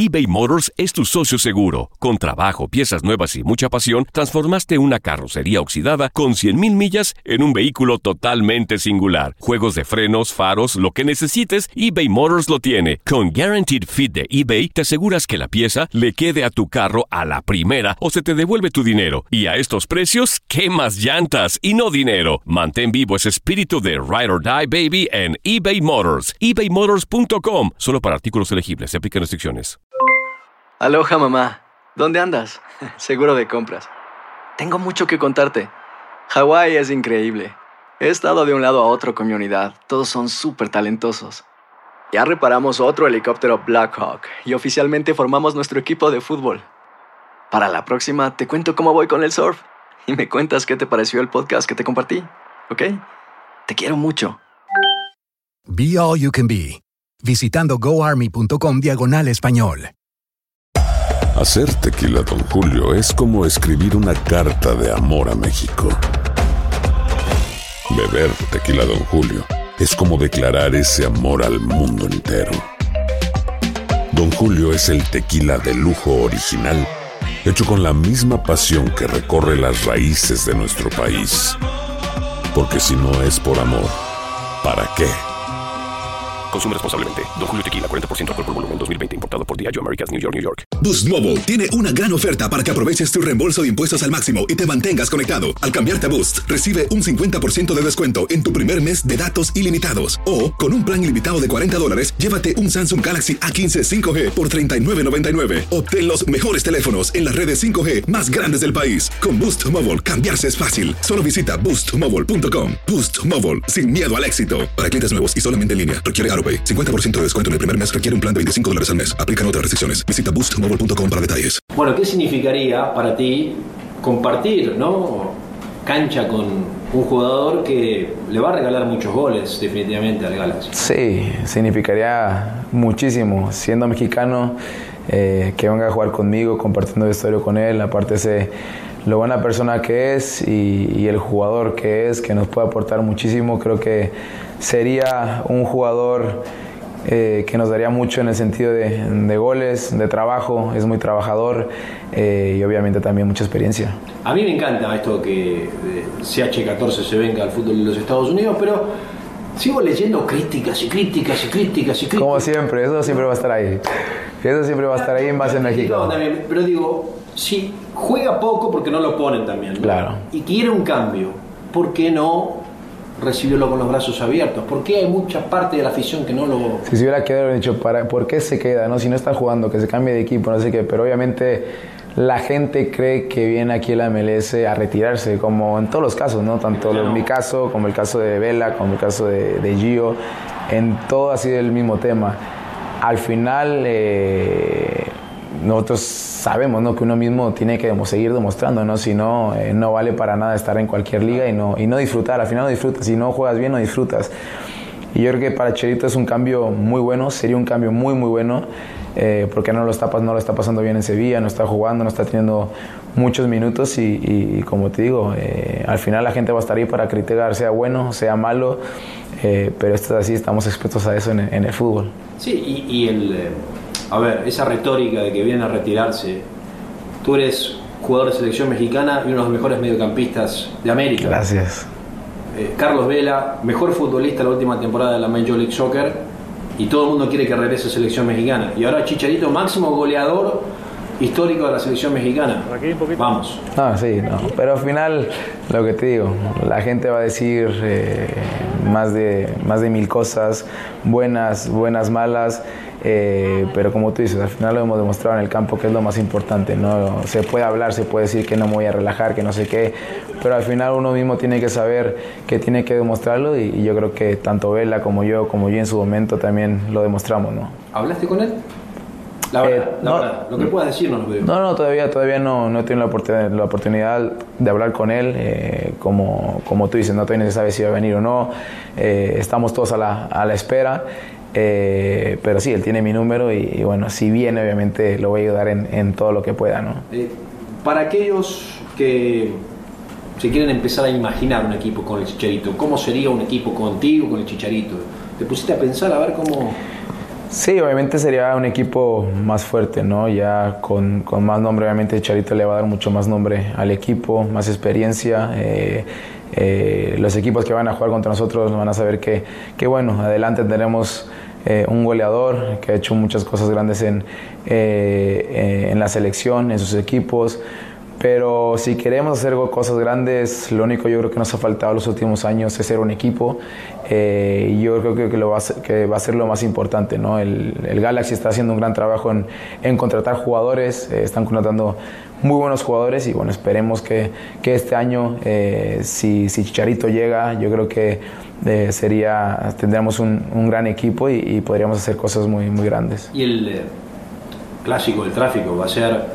eBay Motors es tu socio seguro. Con trabajo, piezas nuevas y mucha pasión, transformaste una carrocería oxidada con 100,000 millas en un vehículo totalmente singular. Juegos de frenos, faros, lo que necesites, eBay Motors lo tiene. Con Guaranteed Fit de eBay, te aseguras que la pieza le quede a tu carro a la primera o se te devuelve tu dinero. Y a estos precios, ¿qué más llantas y no dinero? Mantén vivo ese espíritu de Ride or Die, baby, en eBay Motors. ebaymotors.com. Solo para artículos elegibles. Se aplican restricciones. Aloha, mamá. ¿Dónde andas? Seguro de compras. Tengo mucho que contarte. Hawái es increíble. He estado de un lado a otro con mi unidad. Todos son súper talentosos. Ya reparamos otro helicóptero Blackhawk y oficialmente formamos nuestro equipo de fútbol. Para la próxima te cuento cómo voy con el surf y me cuentas qué te pareció el podcast que te compartí, ¿ok? Te quiero mucho. Be All You Can Be, visitando goarmy.com/español. Hacer tequila Don Julio es como escribir una carta de amor a México. Beber tequila Don Julio es como declarar ese amor al mundo entero. Don Julio es el tequila de lujo original, hecho con la misma pasión que recorre las raíces de nuestro país. Porque si no es por amor, ¿para qué? Consume responsablemente. Don Julio Tequila, 40% alcohol por volumen, 2020. Importado por Diageo Americas, New York, New York. Boost Mobile tiene una gran oferta para que aproveches tu reembolso de impuestos al máximo y te mantengas conectado. Al cambiarte a Boost, recibe un 50% de descuento en tu primer mes de datos ilimitados. O, con un plan ilimitado de $40, llévate un Samsung Galaxy A15 5G por $39.99. Obtén los mejores teléfonos en las redes 5G más grandes del país. Con Boost Mobile, cambiarse es fácil. Solo visita boostmobile.com. Boost Mobile, sin miedo al éxito. Para clientes nuevos y solamente en línea, requiere AroPay. 50% de descuento en el primer mes, requiere un plan de $25 al mes. Aplican otras restricciones. Visita boostmobile.com para detalles. Bueno, ¿qué significaría para ti compartir, ¿no?, cancha con un jugador que le va a regalar muchos goles definitivamente al Galaxy? Sí, significaría muchísimo. Siendo mexicano, que venga a jugar conmigo, compartiendo vestuario con él, aparte lo buena persona que es y el jugador que es, que nos puede aportar muchísimo. Creo que sería un jugador que nos daría mucho en el sentido de goles, de trabajo. Es muy trabajador y obviamente también mucha experiencia. A mí me encanta esto que CH14 se venga al fútbol de los Estados Unidos, pero sigo leyendo críticas. Como siempre, eso siempre va a estar ahí. Eso siempre va a estar ahí, más en México. También, pero digo, si juega poco porque no lo ponen también, ¿no? Claro. Y quiere un cambio, ¿por qué no recibirlo con los brazos abiertos? ¿Por qué hay mucha parte de la afición que no lo... Si se hubiera quedado dicho, ¿por qué se queda, no? Si no está jugando, que se cambie de equipo, no sé qué, pero obviamente la gente cree que viene aquí a la MLS a retirarse, como en todos los casos, ¿no? Tanto en mi caso, como el caso de Vela, como el caso de Gio, en todo ha sido el mismo tema. Al final, nosotros sabemos, ¿no?, que uno mismo tiene que seguir demostrando, ¿no? Si no, no vale para nada estar en cualquier liga y no disfrutar. Al final no disfrutas. Si no juegas bien, no disfrutas. Y yo creo que para Chicharito es un cambio muy bueno, sería un cambio muy, muy bueno, porque no lo está pasando bien en Sevilla, no está jugando, no está teniendo muchos minutos y como te digo, al final la gente va a estar ahí para criticar, sea bueno, sea malo, pero esto es así, estamos expuestos a eso en el fútbol. Sí, y a ver, esa retórica de que vienen a retirarse, tú eres jugador de selección mexicana y uno de los mejores mediocampistas de América. Gracias. Carlos Vela, mejor futbolista la última temporada de la Major League Soccer, y todo el mundo quiere que regrese a selección mexicana. Y ahora Chicharito, máximo goleador histórico de la selección mexicana. Vamos. Sí, no. Pero al final, lo que te digo, la gente va a decir más de 1000 cosas, buenas, malas. Pero como tú dices, al final lo hemos demostrado en el campo, que es lo más importante, ¿no? Se puede hablar, se puede decir que no me voy a relajar, que no sé qué, pero al final uno mismo tiene que saber que tiene que demostrarlo y yo creo que tanto Vela como yo en su momento también lo demostramos, ¿no? ¿Hablaste con él? La verdad, lo que puedas decirnos. No, todavía no he tenido la oportunidad de hablar con él, como tú dices, no todavía no se sabe si va a venir o no, estamos todos a la espera. Pero sí, él tiene mi número y bueno, si viene obviamente lo voy a ayudar en todo lo que pueda, ¿no? Para aquellos que se quieren empezar a imaginar un equipo con el Chicharito, ¿cómo sería un equipo contigo, con el Chicharito? ¿Te pusiste a pensar a ver cómo...? Sí, obviamente sería un equipo más fuerte, ¿no? Ya con más nombre, obviamente Chicharito le va a dar mucho más nombre al equipo, más experiencia. Los equipos que van a jugar contra nosotros van a saber que bueno, adelante tenemos un goleador que ha hecho muchas cosas grandes en la selección, en sus equipos. Pero si queremos hacer cosas grandes, lo único yo creo que nos ha faltado los últimos años es ser un equipo. Y yo creo que va a ser lo más importante, ¿no? El Galaxy está haciendo un gran trabajo en contratar jugadores, están contratando muy buenos jugadores y bueno, esperemos que este año, si Chicharito llega, yo creo que tendríamos un gran equipo y podríamos hacer cosas muy, muy grandes. Y el clásico del tráfico va a ser...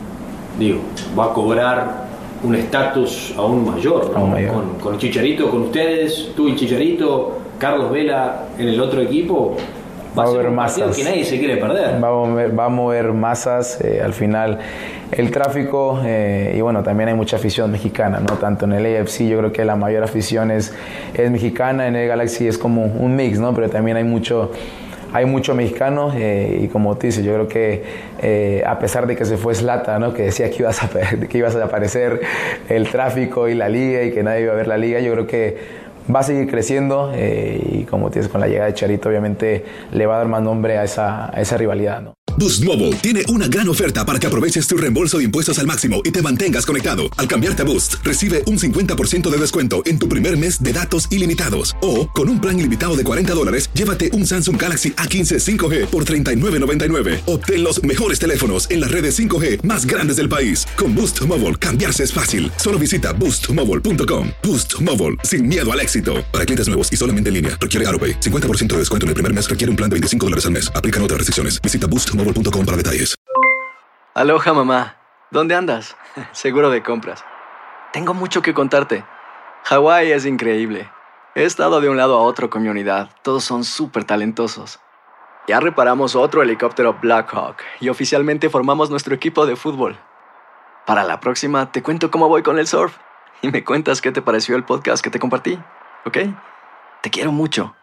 va a cobrar un estatus aún mayor, ¿no? Con el Chicharito, con ustedes, tú y el Chicharito, Carlos Vela en el otro equipo. Va a haber masas que nadie se quiere perder. Va a mover masas. Al final, el tráfico, y bueno, también hay mucha afición mexicana, ¿no? Tanto en el AFC, yo creo que la mayor afición es mexicana, en el Galaxy es como un mix, ¿no? Pero también hay mucho mexicano y como te dices, yo creo que a pesar de que se fue Zlatan, ¿no? Que decía que ibas a aparecer el tráfico y la liga y que nadie iba a ver la liga, yo creo que va a seguir creciendo y como te dices, con la llegada de Chicharito obviamente le va a dar más nombre a esa rivalidad, ¿no? Boost Mobile tiene una gran oferta para que aproveches tu reembolso de impuestos al máximo y te mantengas conectado. Al cambiarte a Boost, recibe un 50% de descuento en tu primer mes de datos ilimitados. O, con un plan ilimitado de $40, llévate un Samsung Galaxy A15 5G por $39.99. Obtén los mejores teléfonos en las redes 5G más grandes del país. Con Boost Mobile, cambiarse es fácil. Solo visita boostmobile.com. Boost Mobile, sin miedo al éxito. Para clientes nuevos y solamente en línea, requiere AutoPay. 50% de descuento en el primer mes requiere un plan de $25 al mes. Aplican otras restricciones. Visita boostmobile.com para detalles. Aloha, mamá. ¿Dónde andas? Seguro de compras. Tengo mucho que contarte. Hawái es increíble. He estado de un lado a otro con mi unidad. Todos son súper talentosos. Ya reparamos otro helicóptero Blackhawk y oficialmente formamos nuestro equipo de fútbol. Para la próxima te cuento cómo voy con el surf y me cuentas qué te pareció el podcast que te compartí, ¿ok? Te quiero mucho.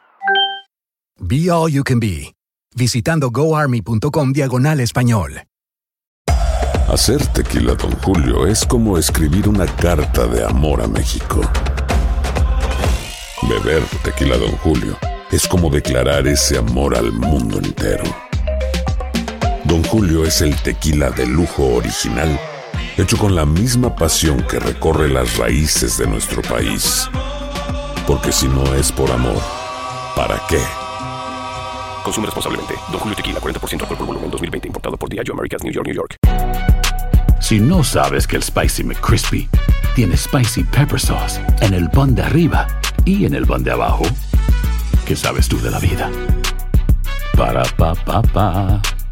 Be All You Can Be. Visitando goarmy.com/español. Hacer tequila Don Julio es como escribir una carta de amor a México. Beber tequila Don Julio es como declarar ese amor al mundo entero. Don Julio es el tequila de lujo original, hecho con la misma pasión que recorre las raíces de nuestro país. Porque si no es por amor, ¿para qué? Consume responsablemente. Don Julio Tequila, 40% alcohol por volumen, 2020. Importado por Diageo Americas, New York, New York. Si no sabes que el Spicy McCrispy tiene Spicy Pepper Sauce en el pan de arriba y en el pan de abajo, ¿qué sabes tú de la vida? Para, pa, pa, pa.